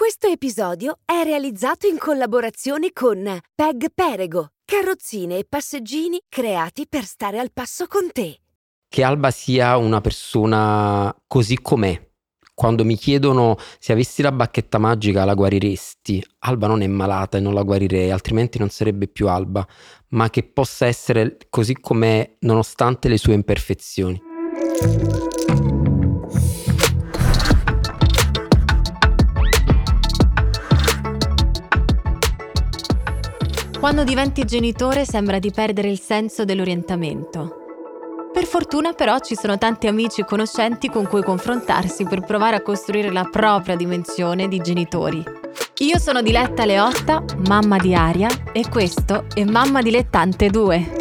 Questo episodio è realizzato in collaborazione con Peg Perego, carrozzine e passeggini creati per stare al passo con te. Che Alba sia una persona così com'è. Quando mi chiedono se avessi la bacchetta magica la guariresti, Alba non è malata e non la guarirei, altrimenti non sarebbe più Alba, ma che possa essere così com'è nonostante le sue imperfezioni. Quando diventi genitore sembra di perdere il senso dell'orientamento. Per fortuna però ci sono tanti amici e conoscenti con cui confrontarsi per provare a costruire la propria dimensione di genitori. Io sono Diletta Leotta, mamma di Aria, e questo è Mamma Dilettante 2.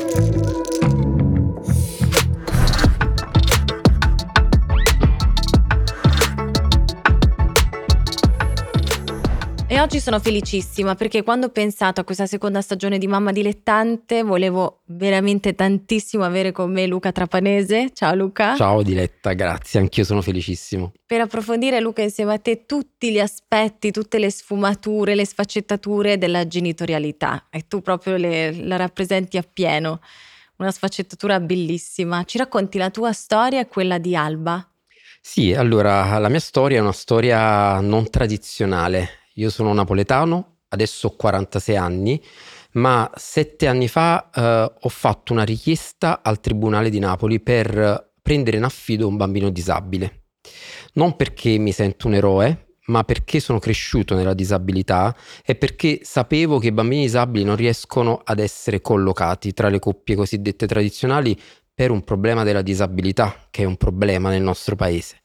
E oggi sono felicissima perché quando ho pensato a questa seconda stagione di Mamma Dilettante volevo veramente tantissimo avere con me Luca Trapanese. Ciao Luca. Ciao Diletta, grazie, anch'io sono felicissimo. Per approfondire, Luca, insieme a te tutti gli aspetti, tutte le sfumature, le sfaccettature della genitorialità, e tu proprio la rappresenti appieno, una sfaccettatura bellissima. Ci racconti la tua storia e quella di Alba? Sì, allora la mia storia è una storia non tradizionale. Io sono napoletano, adesso ho 46 anni, ma 7 anni fa ho fatto una richiesta al Tribunale di Napoli per prendere in affido un bambino disabile. Non perché mi sento un eroe, ma perché sono cresciuto nella disabilità e perché sapevo che i bambini disabili non riescono ad essere collocati tra le coppie cosiddette tradizionali per un problema della disabilità, che è un problema nel nostro paese.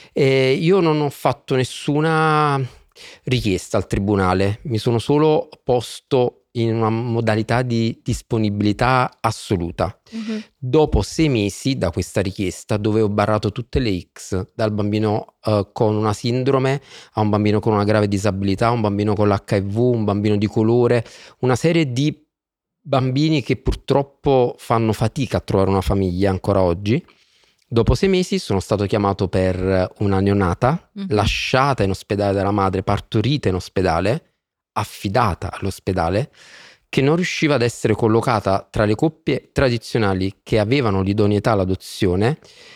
E io non ho fatto nessuna richiesta al tribunale, mi sono solo posto in una modalità di disponibilità assoluta. Dopo 6 mesi da questa richiesta, dove ho barrato tutte le X, dal bambino con una sindrome a un bambino con una grave disabilità, un bambino con l'HIV, un bambino di colore, una serie di bambini che purtroppo fanno fatica a trovare una famiglia ancora oggi. Dopo 6 mesi sono stato chiamato per una neonata, lasciata in ospedale dalla madre, partorita in ospedale, affidata all'ospedale, che non riusciva ad essere collocata tra le coppie tradizionali che avevano l'idoneità all'adozione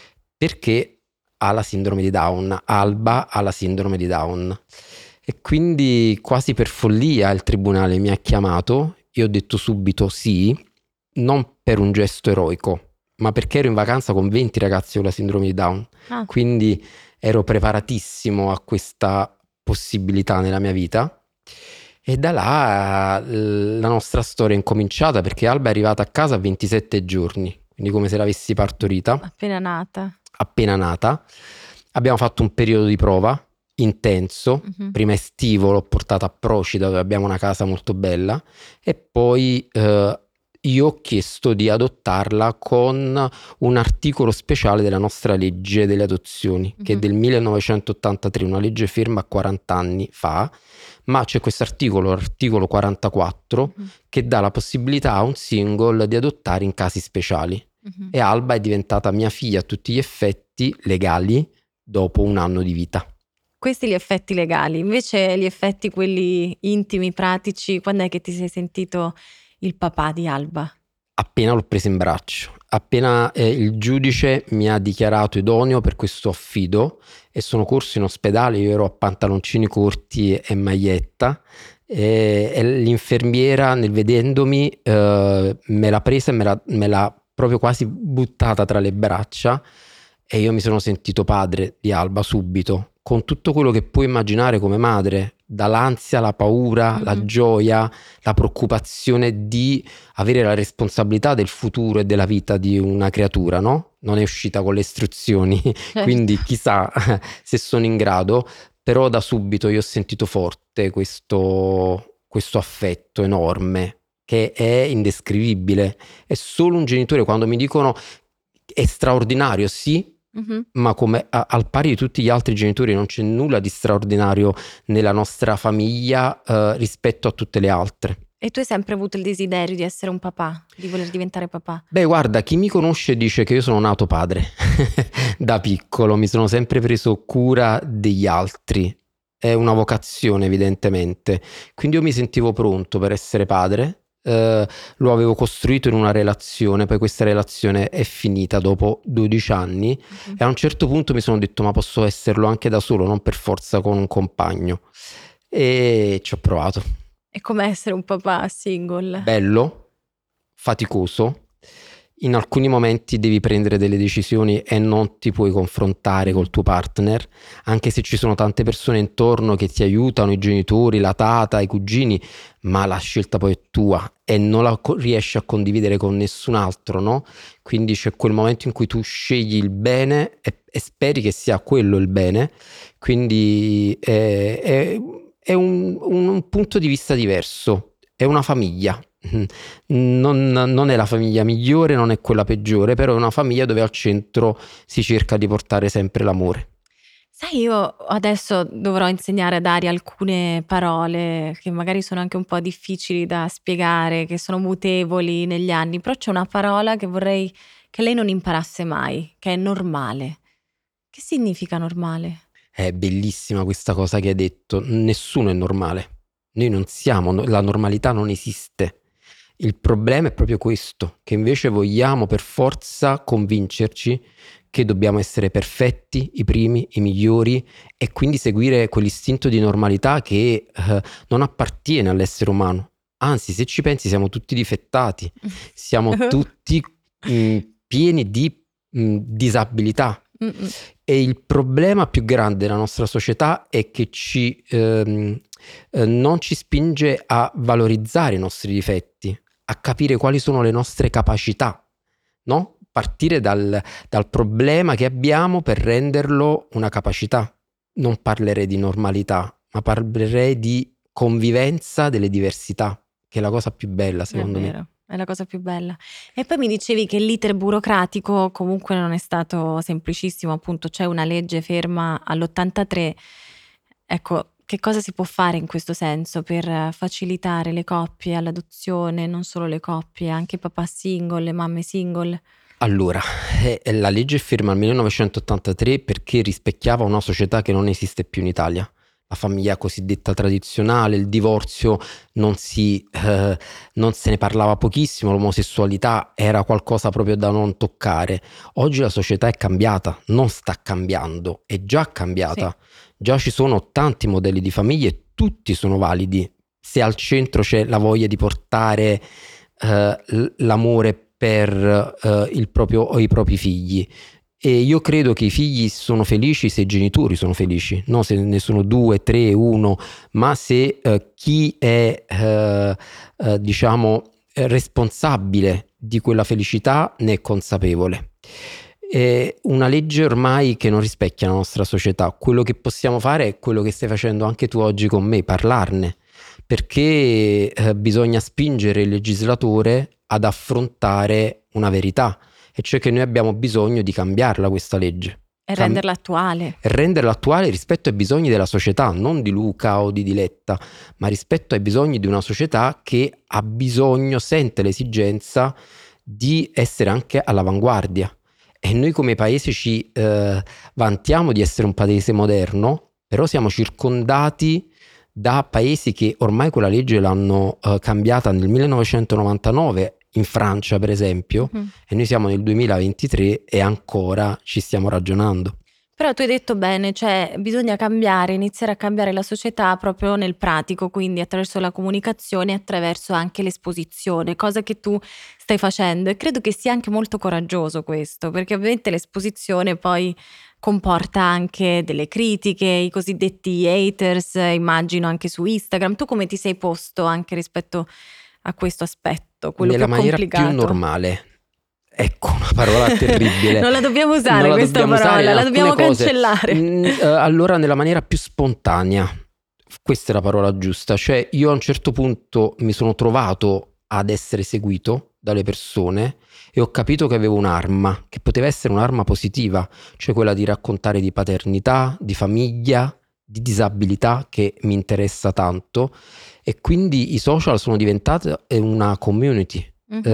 perché ha la sindrome di Down. Alba ha la sindrome di Down. E quindi quasi per follia il tribunale mi ha chiamato. Io ho detto subito sì, non per un gesto eroico, ma perché ero in vacanza con 20 ragazzi con la sindrome di Down. Quindi ero preparatissimo a questa possibilità nella mia vita. E da là la nostra storia è incominciata, perché Alba è arrivata a casa a 27 giorni, quindi come se l'avessi partorita. Appena nata. Abbiamo fatto un periodo di prova intenso. Prima estivo l'ho portata a Procida, dove abbiamo una casa molto bella, e poi io ho chiesto di adottarla con un articolo speciale della nostra legge delle adozioni, che è del 1983, una legge ferma 40 anni fa, ma c'è questo articolo, l'articolo 44, che dà la possibilità a un single di adottare in casi speciali. E Alba è diventata mia figlia a tutti gli effetti legali dopo un anno di vita. Questi gli effetti legali, invece gli effetti quelli intimi, pratici, quando è che ti sei sentito il papà di Alba? Appena l'ho presa in braccio, appena il giudice mi ha dichiarato idoneo per questo affido, e sono corso in ospedale. Io ero a pantaloncini corti e maglietta, e l'infermiera, nel vedendomi, me l'ha presa e me l'ha proprio quasi buttata tra le braccia, e io mi sono sentito padre di Alba subito, con tutto quello che puoi immaginare come madre, dall'ansia, la paura, la gioia, la preoccupazione di avere la responsabilità del futuro e della vita di una creatura, no? Non è uscita con le istruzioni, quindi chissà se sono in grado, però da subito io ho sentito forte questo affetto enorme, che è indescrivibile. È solo un genitore, quando mi dicono è straordinario, sì, ma come al pari di tutti gli altri genitori non c'è nulla di straordinario nella nostra famiglia rispetto a tutte le altre. E tu hai sempre avuto il desiderio di essere un papà, di voler diventare papà? Beh, guarda, chi mi conosce dice che io sono nato padre. Da piccolo mi sono sempre preso cura degli altri. è una vocazione evidentemente, quindi io mi sentivo pronto per essere padre. Lo avevo costruito in una relazione, poi questa relazione è finita dopo 12 anni e a un certo punto mi sono detto ma posso esserlo anche da solo, non per forza con un compagno, e ci ho provato. È come essere un papà single. Bello, faticoso, in alcuni momenti devi prendere delle decisioni e non ti puoi confrontare col tuo partner, anche se ci sono tante persone intorno che ti aiutano, i genitori, la tata, i cugini, ma la scelta poi è tua e non la riesci a condividere con nessun altro, no? Quindi c'è quel momento in cui tu scegli il bene e speri che sia quello il bene, quindi è un punto di vista diverso, è una famiglia. Non è la famiglia migliore, non è quella peggiore, però è una famiglia dove al centro si cerca di portare sempre l'amore. Sai, io adesso dovrò insegnare a Daria alcune parole che magari sono anche un po' difficili da spiegare, che sono mutevoli negli anni, però c'è una parola che vorrei che lei non imparasse mai, che è normale. Che significa normale? È bellissima questa cosa che hai detto, nessuno è normale, noi non siamo, la normalità non esiste. Il problema è proprio questo, che invece vogliamo per forza convincerci che dobbiamo essere perfetti, i primi, i migliori, e quindi seguire quell'istinto di normalità che non appartiene all'essere umano. Anzi, se ci pensi, siamo tutti difettati, siamo tutti pieni di disabilità. E il problema più grande della nostra società è che non ci spinge a valorizzare i nostri difetti, a capire quali sono le nostre capacità, no? Partire dal problema che abbiamo per renderlo una capacità. Non parlerei di normalità, ma parlerei di convivenza delle diversità, che è la cosa più bella, secondo me. È la cosa più bella. E poi mi dicevi che l'iter burocratico comunque non è stato semplicissimo, appunto c'è una legge ferma all'83. Ecco, che cosa si può fare in questo senso per facilitare le coppie all'adozione, non solo le coppie, anche i papà single, le mamme single? Allora, la legge è ferma nel 1983 perché rispecchiava una società che non esiste più in Italia. La famiglia cosiddetta tradizionale, il divorzio non se ne parlava pochissimo, l'omosessualità era qualcosa proprio da non toccare. Oggi la società è cambiata, non sta cambiando, è già cambiata. Sì. Già ci sono tanti modelli di famiglie e tutti sono validi se al centro c'è la voglia di portare l'amore per il proprio o i propri figli. E io credo che i figli sono felici se i genitori sono felici, non se ne sono 2, 3, 1, ma se chi è responsabile di quella felicità ne è consapevole. È una legge ormai che non rispecchia la nostra società. Quello che possiamo fare è quello che stai facendo anche tu oggi con me, parlarne, perché bisogna spingere il legislatore ad affrontare una verità, e cioè che noi abbiamo bisogno di cambiarla questa legge. E renderla attuale. E renderla attuale rispetto ai bisogni della società, non di Luca o di Diletta, ma rispetto ai bisogni di una società che ha bisogno, sente l'esigenza di essere anche all'avanguardia. E noi come paese ci vantiamo di essere un paese moderno, però siamo circondati da paesi che ormai quella legge l'hanno cambiata nel 1999, in Francia per esempio, e noi siamo nel 2023 e ancora ci stiamo ragionando. Però tu hai detto bene, cioè bisogna cambiare, iniziare a cambiare la società proprio nel pratico, quindi attraverso la comunicazione, attraverso anche l'esposizione, cosa che tu stai facendo, e credo che sia anche molto coraggioso questo, perché ovviamente l'esposizione poi comporta anche delle critiche, i cosiddetti haters, immagino anche su Instagram. Tu come ti sei posto anche rispetto a questo aspetto, quello nella più maniera complicato? Più normale. Ecco, una parola terribile. Non la dobbiamo usare questa parola, la dobbiamo cancellare. Allora, nella maniera più spontanea, questa è la parola giusta. Cioè, io a un certo punto mi sono trovato ad essere seguito dalle persone e ho capito che avevo un'arma, che poteva essere un'arma positiva, cioè quella di raccontare di paternità, di famiglia, di disabilità, che mi interessa tanto, e quindi i social sono diventati una community.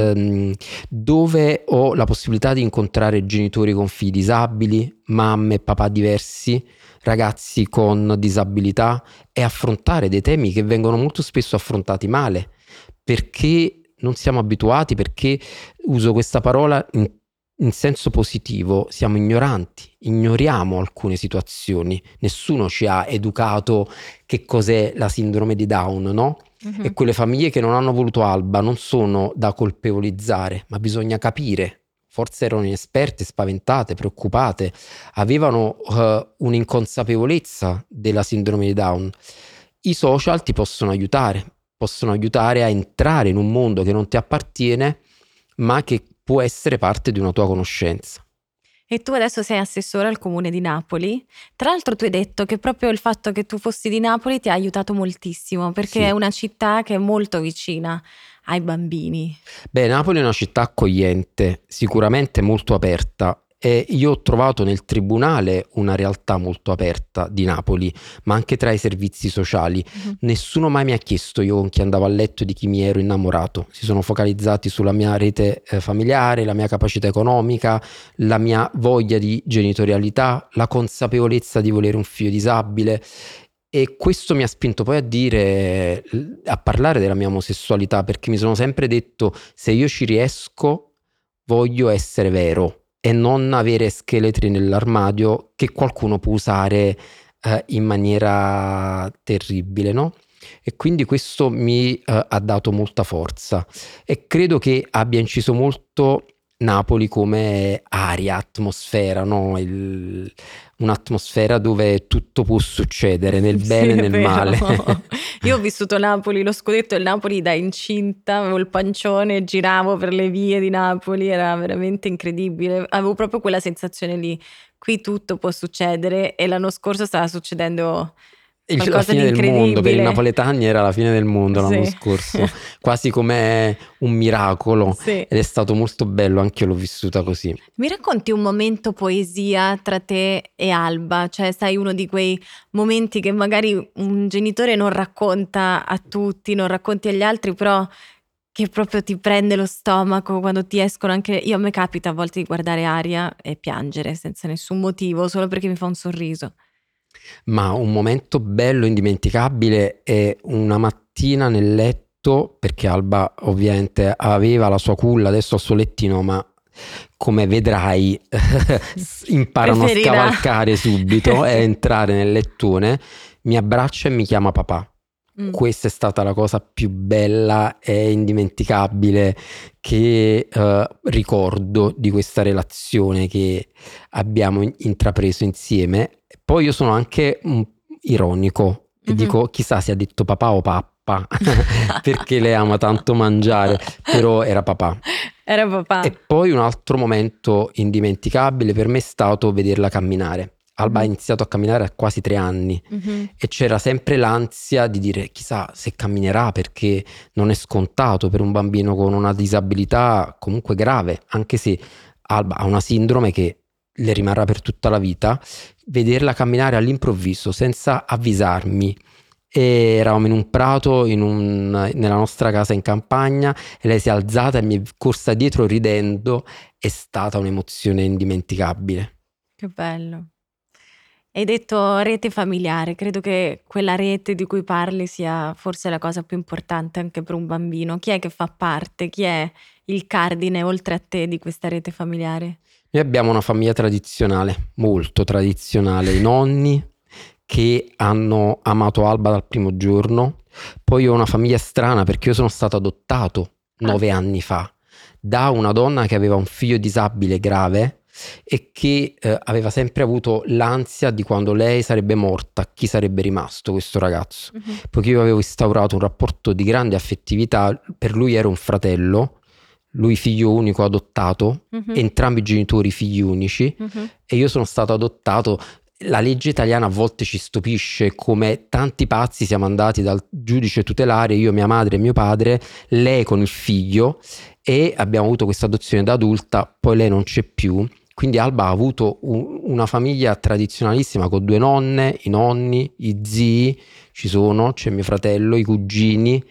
Dove ho la possibilità di incontrare genitori con figli disabili, mamme e papà diversi, ragazzi con disabilità e affrontare dei temi che vengono molto spesso affrontati male, perché non siamo abituati, perché uso questa parola in senso positivo, siamo ignoranti, ignoriamo alcune situazioni, nessuno ci ha educato che cos'è la sindrome di Down, no? E quelle famiglie che non hanno voluto Alba non sono da colpevolizzare, ma bisogna capire. Forse erano inesperte, spaventate, preoccupate, avevano un'inconsapevolezza della sindrome di Down. I social ti possono aiutare a entrare in un mondo che non ti appartiene, ma che può essere parte di una tua conoscenza. E tu adesso sei assessore al comune di Napoli. Tra l'altro tu hai detto che proprio il fatto che tu fossi di Napoli ti ha aiutato moltissimo, perché Sì. è una città che è molto vicina ai bambini. Beh, Napoli è una città accogliente, sicuramente molto aperta, e io ho trovato nel tribunale una realtà molto aperta di Napoli, ma anche tra i servizi sociali. Nessuno mai mi ha chiesto io con chi andavo a letto di chi mi ero innamorato. Si sono focalizzati sulla mia rete familiare, la mia capacità economica, la mia voglia di genitorialità, la consapevolezza di volere un figlio disabile. E questo mi ha spinto poi a parlare della mia omosessualità, perché mi sono sempre detto: se io ci riesco, voglio essere vero e non avere scheletri nell'armadio che qualcuno può usare in maniera terribile, no? E quindi questo mi ha dato molta forza, e credo che abbia inciso molto Napoli come aria, atmosfera, no? Un'atmosfera dove tutto può succedere, nel bene e nel male. Io ho vissuto Napoli, lo scudetto del Napoli da incinta, avevo il pancione, giravo per le vie di Napoli, era veramente incredibile, avevo proprio quella sensazione lì, qui tutto può succedere, e l'anno scorso stava succedendo La qualcosa fine di del mondo per i incredibile. napoletani era la fine del mondo l'anno Sì. scorso, quasi come un miracolo, Sì. ed è stato molto bello, anche io l'ho vissuta così. Mi racconti un momento poesia tra te e Alba? Cioè, sai, uno di quei momenti che magari un genitore non racconta a tutti, non racconti agli altri, però che proprio ti prende lo stomaco quando ti escono anche... Io, a me capita a volte di guardare Aria e piangere senza nessun motivo, solo perché mi fa un sorriso. Ma un momento bello, indimenticabile, è una mattina nel letto, perché Alba ovviamente aveva la sua culla, adesso ha il suo lettino, ma come vedrai imparano Preferirà. a scavalcare subito e entrare nel lettone, mi abbraccia e mi chiama papà. Questa è stata la cosa più bella e indimenticabile che ricordo di questa relazione che abbiamo intrapreso insieme. Poi io sono anche ironico e dico: chissà se ha detto papà o pappa, perché lei ama tanto mangiare, però era papà. Era papà. E poi un altro momento indimenticabile per me è stato vederla camminare. Alba ha iniziato a camminare a quasi 3 anni e c'era sempre l'ansia di dire: chissà se camminerà, perché non è scontato per un bambino con una disabilità comunque grave, anche se Alba ha una sindrome che le rimarrà per tutta la vita. Vederla camminare all'improvviso senza avvisarmi, e eravamo in un prato nella nostra casa in campagna, e lei si è alzata e mi è corsa dietro ridendo. È stata un'emozione indimenticabile. Che bello. Hai detto rete familiare, credo che quella rete di cui parli sia forse la cosa più importante anche per un bambino. Chi è che fa parte? Chi è il cardine oltre a te di questa rete familiare? Noi abbiamo una famiglia tradizionale, molto tradizionale, i nonni che hanno amato Alba dal primo giorno. Poi ho una famiglia strana, perché io sono stato adottato 9 anni fa da una donna che aveva un figlio disabile grave e che aveva sempre avuto l'ansia di quando lei sarebbe morta, chi sarebbe rimasto questo ragazzo. Poiché io avevo instaurato un rapporto di grande affettività, per lui ero un fratello, lui figlio unico adottato, entrambi i genitori figli unici, e io sono stato adottato. La legge italiana a volte ci stupisce, come tanti pazzi siamo andati dal giudice tutelare, io, mia madre e mio padre, lei con il figlio, e abbiamo avuto questa adozione da adulta, poi lei non c'è più. Quindi Alba ha avuto una famiglia tradizionalissima con 2 nonne, i nonni, i zii, c'è mio fratello, i cugini,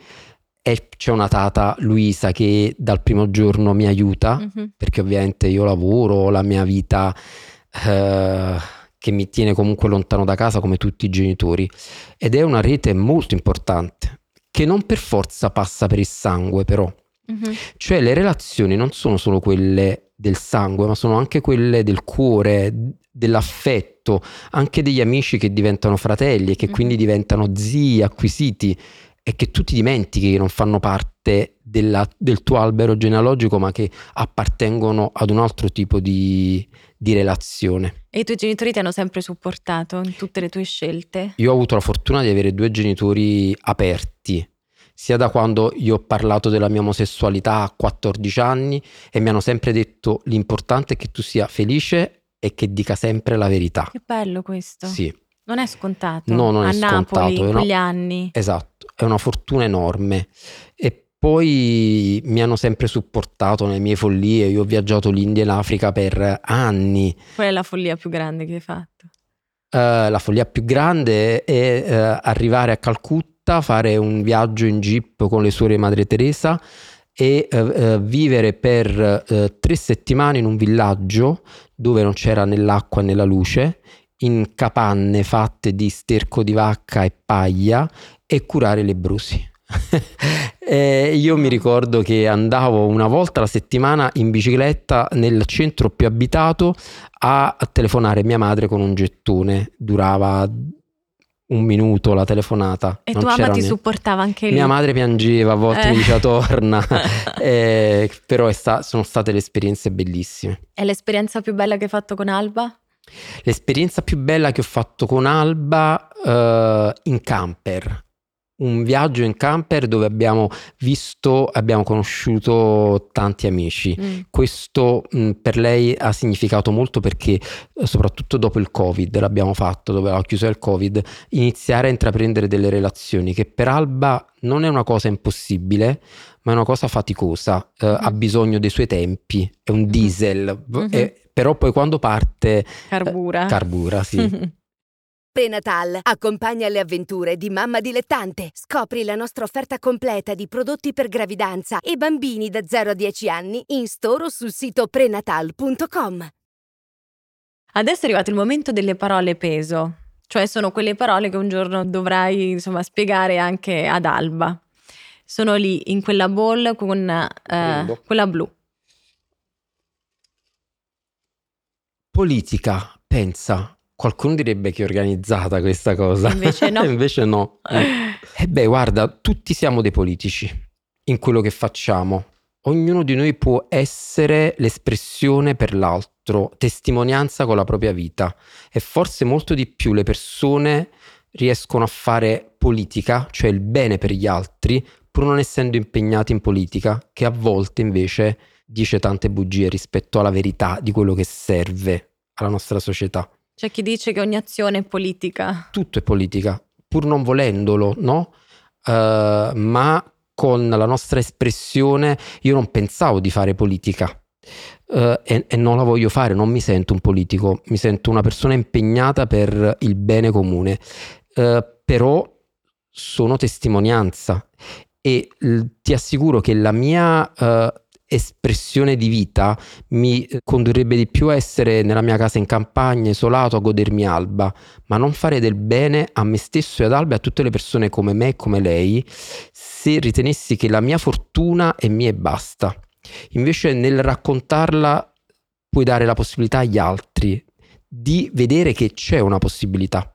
e c'è una tata, Luisa, che dal primo giorno mi aiuta, perché ovviamente io lavoro, la mia vita che mi tiene comunque lontano da casa come tutti i genitori, ed è una rete molto importante che non per forza passa per il sangue, però. Cioè le relazioni non sono solo quelle del sangue, ma sono anche quelle del cuore, dell'affetto, anche degli amici che diventano fratelli e che quindi diventano zii acquisiti e che tu ti dimentichi che non fanno parte del tuo albero genealogico, ma che appartengono ad un altro tipo di relazione. E i tuoi genitori ti hanno sempre supportato in tutte le tue scelte? Io ho avuto la fortuna di avere 2 genitori aperti, sia da quando io ho parlato della mia omosessualità a 14 anni e mi hanno sempre detto l'importante è che tu sia felice e che dica sempre la verità. Che bello questo. Sì. Non è scontato. No, non a è Napoli, scontato. in quegli anni. Esatto, è una fortuna enorme. E poi mi hanno sempre supportato nelle mie follie. Io ho viaggiato l'India e l'Africa per anni. Qual è la follia più grande che hai fatto? La follia più grande è arrivare a Calcutta, fare un viaggio in jeep con le suore Madre Teresa e vivere per 3 settimane in un villaggio dove non c'era né l'acqua né la luce, in capanne fatte di sterco di vacca e paglia, e curare i lebbrosi. Io mi ricordo che andavo una volta alla settimana in bicicletta nel centro più abitato a telefonare mia madre con un gettone. Durava 1 minuto la telefonata. E tua mamma ti supportava anche lì? Mia madre piangeva, a volte mi diceva torna. Però sono state le esperienze bellissime. È l'esperienza più bella che hai fatto con Alba? L'esperienza più bella che ho fatto con Alba in camper. Un viaggio in camper dove abbiamo conosciuto tanti amici. Questo per lei ha significato molto, perché soprattutto dopo il Covid l'abbiamo fatto, dove aveva chiuso il Covid, iniziare a intraprendere delle relazioni che per Alba non è una cosa impossibile, ma è una cosa faticosa, ha bisogno dei suoi tempi, è un diesel, però poi quando parte carbura, sì. Prenatal accompagna le avventure di mamma dilettante. Scopri la nostra offerta completa di prodotti per gravidanza e bambini da 0 a 10 anni in store o sul sito prenatal.com. Adesso è arrivato il momento delle parole peso, cioè sono quelle parole che un giorno dovrai spiegare anche ad Alba. Sono lì in quella bowl con quella blu. Politica, pensa. Qualcuno direbbe che è organizzata questa cosa. Invece no. Invece no. Guarda, tutti siamo dei politici in quello che facciamo. Ognuno di noi può essere l'espressione per l'altro, testimonianza con la propria vita. E forse molto di più le persone riescono a fare politica, cioè il bene per gli altri, pur non essendo impegnati in politica, che a volte invece dice tante bugie rispetto alla verità di quello che serve alla nostra società. C'è chi dice che ogni azione è politica. Tutto è politica, pur non volendolo, no? Ma con la nostra espressione io non pensavo di fare politica e non la voglio fare, non mi sento un politico, mi sento una persona impegnata per il bene comune, però sono testimonianza e ti assicuro che la mia espressione di vita mi condurrebbe di più a essere nella mia casa in campagna, isolato, a godermi Alba, ma non fare del bene a me stesso e ad Alba e a tutte le persone come me e come lei, se ritenessi che la mia fortuna è mia e basta. Invece nel raccontarla puoi dare la possibilità agli altri di vedere che c'è una possibilità.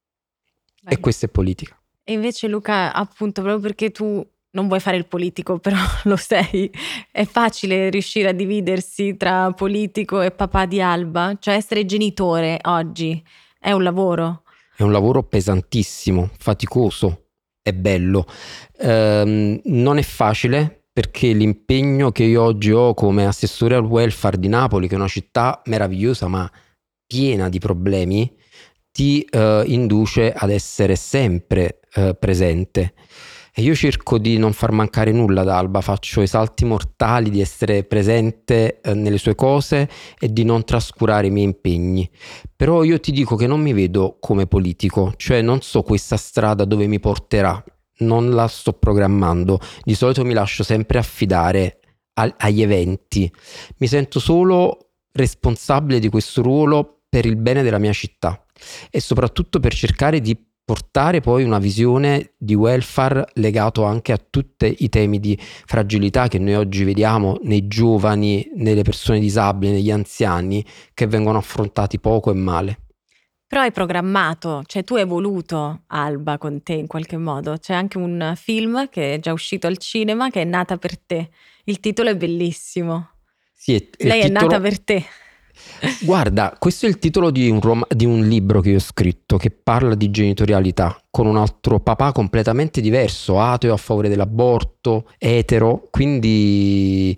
E questa è politica. E invece Luca, appunto, proprio perché tu non vuoi fare il politico, però lo sei, è facile riuscire a dividersi tra politico e papà di Alba? Cioè essere genitore oggi è un lavoro? È un lavoro pesantissimo, faticoso, è bello. Non è facile, perché l'impegno che io oggi ho come assessore al welfare di Napoli, che è una città meravigliosa ma piena di problemi, ti induce ad essere sempre presente. E io cerco di non far mancare nulla ad Alba, faccio i salti mortali di essere presente nelle sue cose e di non trascurare i miei impegni. Però io ti dico che non mi vedo come politico, cioè non so questa strada dove mi porterà, non la sto programmando. Di solito mi lascio sempre affidare agli eventi. Mi sento solo responsabile di questo ruolo per il bene della mia città e soprattutto per cercare di portare poi una visione di welfare legato anche a tutti i temi di fragilità che noi oggi vediamo nei giovani, nelle persone disabili, negli anziani, che vengono affrontati poco e male. Però hai programmato, cioè tu hai voluto Alba con te in qualche modo. C'è anche un film che è già uscito al cinema che è Nata per te. Il titolo è bellissimo. Sì, Lei è nata per te. Guarda, questo è il titolo di un libro che io ho scritto che parla di genitorialità con un altro papà completamente diverso, ateo, a favore dell'aborto, etero. Quindi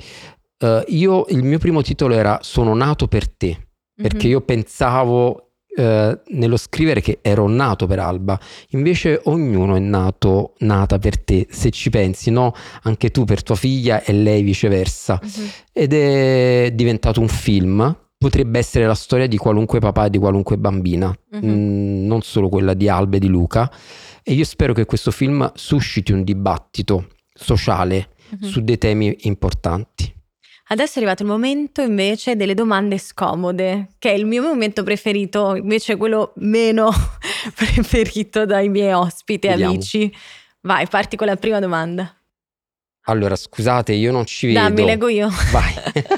il mio primo titolo era Sono nato per te, perché io pensavo nello scrivere che ero nato per Alba, invece ognuno è nata per te, se ci pensi, no? Anche tu per tua figlia e lei viceversa. Ed è diventato un film. Potrebbe essere la storia di qualunque papà e di qualunque bambina, non solo quella di Alba e di Luca. E io spero che questo film susciti un dibattito sociale su dei temi importanti. Adesso è arrivato il momento invece delle domande scomode, che è il mio momento preferito, invece quello meno preferito dai miei ospiti e amici. Vai, parti con la prima domanda. Allora, scusate, io non ci vedo. Dammi, leggo io. Vai.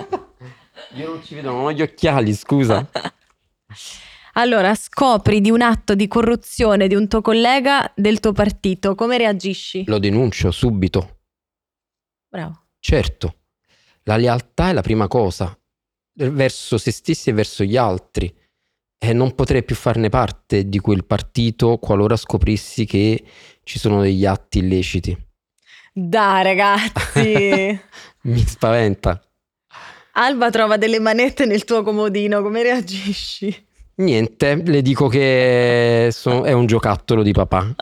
Io non ci vedo, non ho gli occhiali, scusa. Allora, scopri di un atto di corruzione di un tuo collega del tuo partito, come reagisci? Lo denuncio subito. Bravo. Certo, la lealtà è la prima cosa, verso se stessi e verso gli altri. E non potrei più farne parte di quel partito qualora scoprissi che ci sono degli atti illeciti. Dai, ragazzi! Mi spaventa. Alba trova delle manette nel tuo comodino, come reagisci? Niente, le dico che è un giocattolo di papà.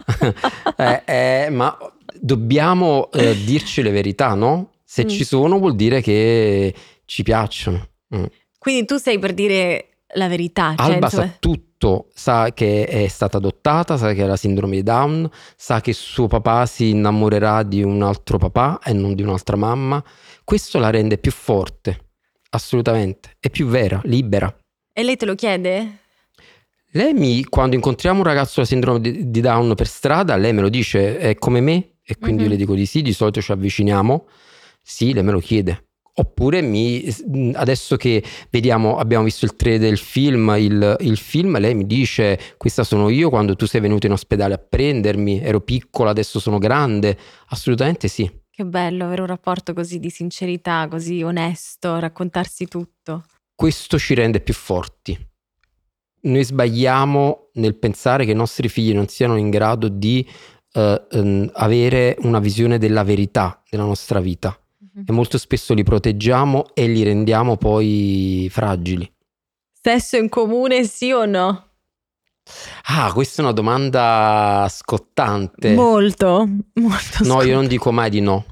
Ma dobbiamo dirci le verità, no? Se ci sono vuol dire che ci piacciono. Quindi tu sei per dire la verità. Alba sa tutto, sa che è stata adottata, sa che ha la sindrome di Down, sa che suo papà si innamorerà di un altro papà e non di un'altra mamma. Questo la rende più forte. Assolutamente, è più vera, libera. E lei te lo chiede? Lei quando incontriamo un ragazzo con la sindrome di Down per strada, lei me lo dice, è come me? E quindi io le dico di sì, di solito ci avviciniamo. Sì, lei me lo chiede. Oppure adesso che abbiamo visto il trailer del film, il film, lei mi dice, questa sono io quando tu sei venuto in ospedale a prendermi, ero piccola, adesso sono grande. Assolutamente sì. Che bello avere un rapporto così di sincerità, così onesto, raccontarsi tutto. Questo ci rende più forti. Noi sbagliamo nel pensare che i nostri figli non siano in grado di avere una visione della verità della nostra vita. E molto spesso li proteggiamo e li rendiamo poi fragili. Sesso in comune, sì o no? Ah, questa è una domanda scottante. Molto No, scottante. io non dico mai di no.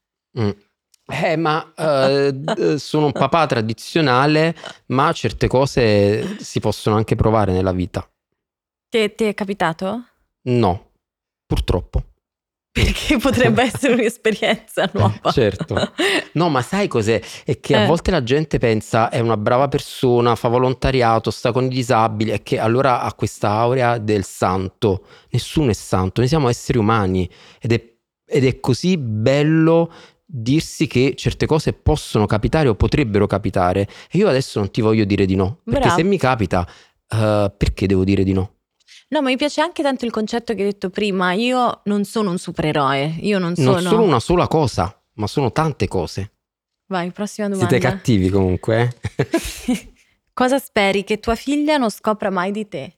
Sono un papà tradizionale, ma certe cose si possono anche provare nella vita. Ti è capitato? No, purtroppo. Perché potrebbe essere un'esperienza nuova. Certo. No, ma sai cos'è? È che a volte la gente pensa è una brava persona, fa volontariato, sta con i disabili e che allora ha questa aurea del santo. Nessuno è santo, noi siamo esseri umani ed è così bello dirsi che certe cose possono capitare o potrebbero capitare. E io adesso non ti voglio dire di no, perché se mi capita, perché devo dire di no? No, ma mi piace anche tanto il concetto che hai detto prima. Io non sono un supereroe. Io non sono... Non sono una sola cosa, ma sono tante cose. Vai, prossima domanda. Siete cattivi comunque, Cosa speri che tua figlia non scopra mai di te?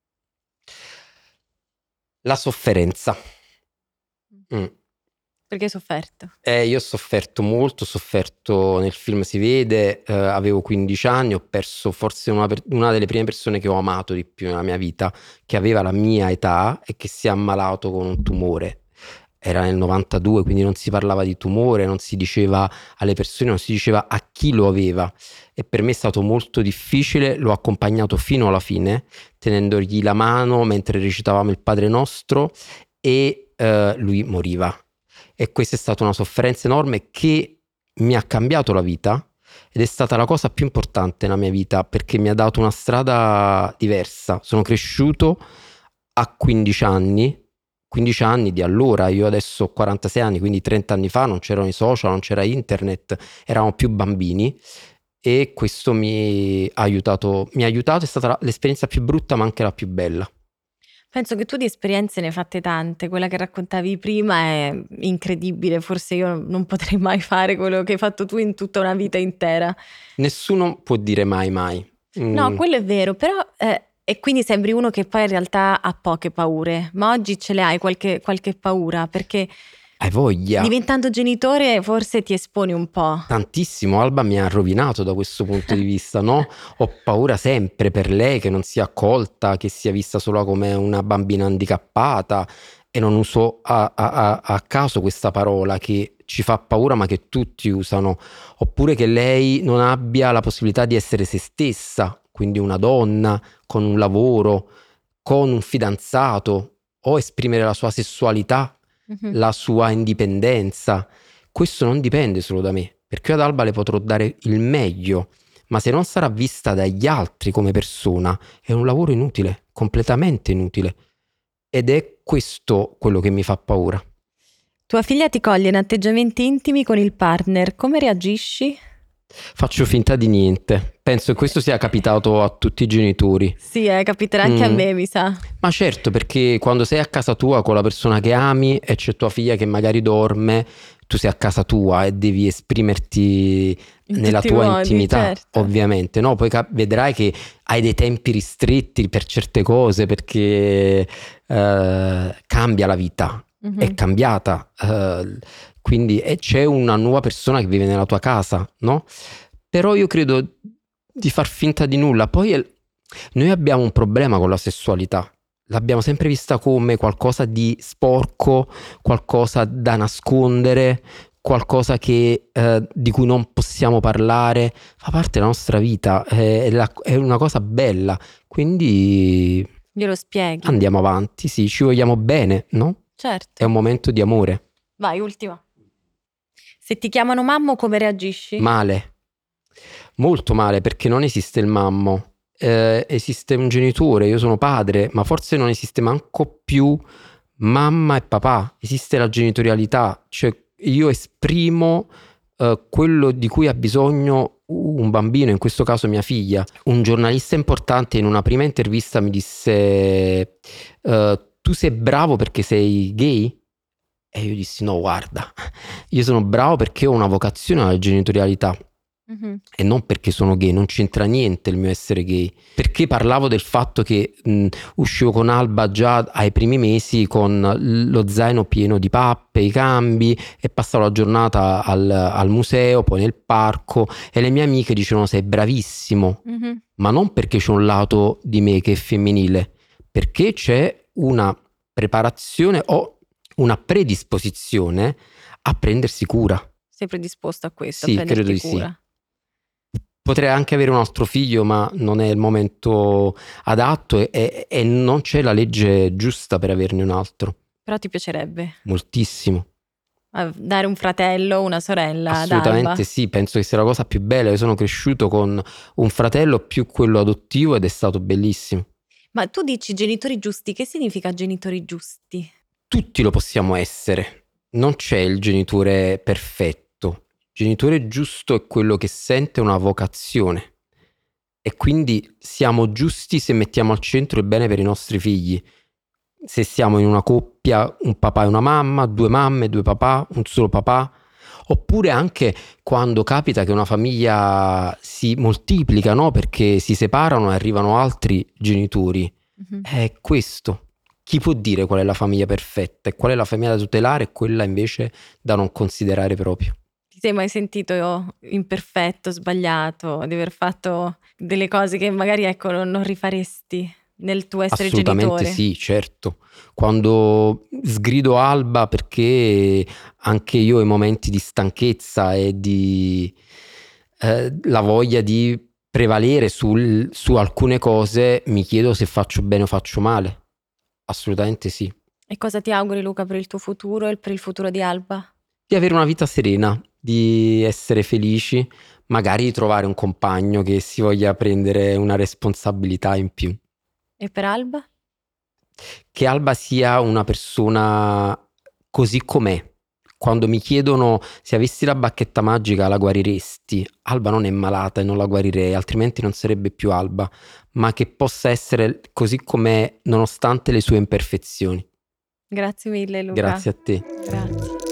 La sofferenza. Perché hai sofferto? Io ho sofferto molto, ho sofferto nel film si vede, avevo 15 anni, ho perso forse una delle prime persone che ho amato di più nella mia vita, che aveva la mia età e che si è ammalato con un tumore. Era nel 92, quindi non si parlava di tumore, non si diceva alle persone, non si diceva a chi lo aveva. E per me è stato molto difficile, l'ho accompagnato fino alla fine, tenendogli la mano mentre recitavamo il Padre Nostro e lui moriva. E questa è stata una sofferenza enorme che mi ha cambiato la vita, ed è stata la cosa più importante nella mia vita perché mi ha dato una strada diversa. Sono cresciuto a 15 anni di allora, io adesso ho 46 anni, quindi 30 anni fa non c'erano i social, non c'era internet, eravamo più bambini e questo mi ha aiutato, è stata l'esperienza più brutta ma anche la più bella. Penso che tu di esperienze ne hai fatte tante, quella che raccontavi prima è incredibile, forse io non potrei mai fare quello che hai fatto tu in tutta una vita intera. Nessuno può dire mai mai. No, quello è vero, però e quindi sembri uno che poi in realtà ha poche paure, ma oggi ce le hai qualche paura perché Hai voglia. diventando genitore forse ti esponi un po'. Tantissimo, Alba mi ha rovinato da questo punto di vista, no? Ho paura sempre per lei che non sia accolta, che sia vista solo come una bambina handicappata e non uso a caso questa parola che ci fa paura ma che tutti usano, oppure che lei non abbia la possibilità di essere se stessa, quindi una donna con un lavoro, con un fidanzato o esprimere la sua sessualità, la sua indipendenza. Questo non dipende solo da me, perché io ad Alba le potrò dare il meglio, ma se non sarà vista dagli altri come persona, è un lavoro inutile, completamente inutile. Ed è questo quello che mi fa paura. Tua figlia ti coglie in atteggiamenti intimi con il partner, come reagisci? Faccio finta di niente. Penso che questo sia capitato a tutti i genitori. Sì, capiterà anche a me, mi sa. Ma certo, perché quando sei a casa tua con la persona che ami e c'è tua figlia che magari dorme, tu sei a casa tua e devi esprimerti nella tua modi, intimità, certo. ovviamente, no? Poi vedrai che hai dei tempi ristretti per certe cose perché cambia la vita, è cambiata, quindi c'è una nuova persona che vive nella tua casa, no? Però io credo di far finta di nulla. Poi noi abbiamo un problema con la sessualità. L'abbiamo sempre vista come qualcosa di sporco, qualcosa da nascondere, qualcosa di cui non possiamo parlare. Fa parte della nostra vita, è una cosa bella. Quindi Glielo spieghi. andiamo avanti, sì, ci vogliamo bene, no? Certo. È un momento di amore. Vai, ultima. Se ti chiamano mammo, come reagisci? Male, molto male, perché non esiste il mammo. Esiste un genitore, io sono padre, ma forse non esiste manco più mamma e papà, esiste la genitorialità, cioè io esprimo quello di cui ha bisogno un bambino, in questo caso mia figlia. Un giornalista importante in una prima intervista mi disse tu sei bravo perché sei gay? E io dissi no, guarda, io sono bravo perché ho una vocazione alla genitorialità. E non perché sono gay, non c'entra niente il mio essere gay, perché parlavo del fatto che uscivo con Alba già ai primi mesi con lo zaino pieno di pappe, i cambi, e passavo la giornata al museo, poi nel parco, e le mie amiche dicevano sei bravissimo, ma non perché c'è un lato di me che è femminile, perché c'è una preparazione o una predisposizione a prendersi cura. Sei predisposto a questo, Sì, a prenderti credo di cura? sì. Potrei anche avere un altro figlio, ma non è il momento adatto e non c'è la legge giusta per averne un altro. Però ti piacerebbe Moltissimo. dare un fratello, una sorella ad Assolutamente Alba? sì, penso che sia la cosa più bella. Io sono cresciuto con un fratello più quello adottivo ed è stato bellissimo. Ma tu dici genitori giusti, che significa genitori giusti? Tutti lo possiamo essere, non c'è il genitore perfetto. Il genitore giusto è quello che sente una vocazione e quindi siamo giusti se mettiamo al centro il bene per i nostri figli. Se siamo in una coppia, un papà e una mamma, due mamme, due papà, un solo papà, oppure anche quando capita che una famiglia si moltiplica, no? Perché si separano e arrivano altri genitori. È questo. Chi può dire qual è la famiglia perfetta e qual è la famiglia da tutelare e quella invece da non considerare proprio? Ti sei mai sentito imperfetto, sbagliato, di aver fatto delle cose che magari non rifaresti nel tuo essere Assolutamente genitore? sì, certo. Quando sgrido Alba perché anche io ho i momenti di stanchezza e di la voglia di prevalere su alcune cose, mi chiedo se faccio bene o faccio male. Assolutamente sì. E cosa ti auguri, Luca, per il tuo futuro e per il futuro di Alba? Di avere una vita serena, di essere felici, magari di trovare un compagno che si voglia prendere una responsabilità in più. E per Alba? Che Alba sia una persona così com'è. Quando mi chiedono se avessi la bacchetta magica la guariresti, Alba non è malata e non la guarirei, altrimenti non sarebbe più Alba, ma che possa essere così com'è nonostante le sue imperfezioni. Grazie mille Luca. Grazie a te. Grazie.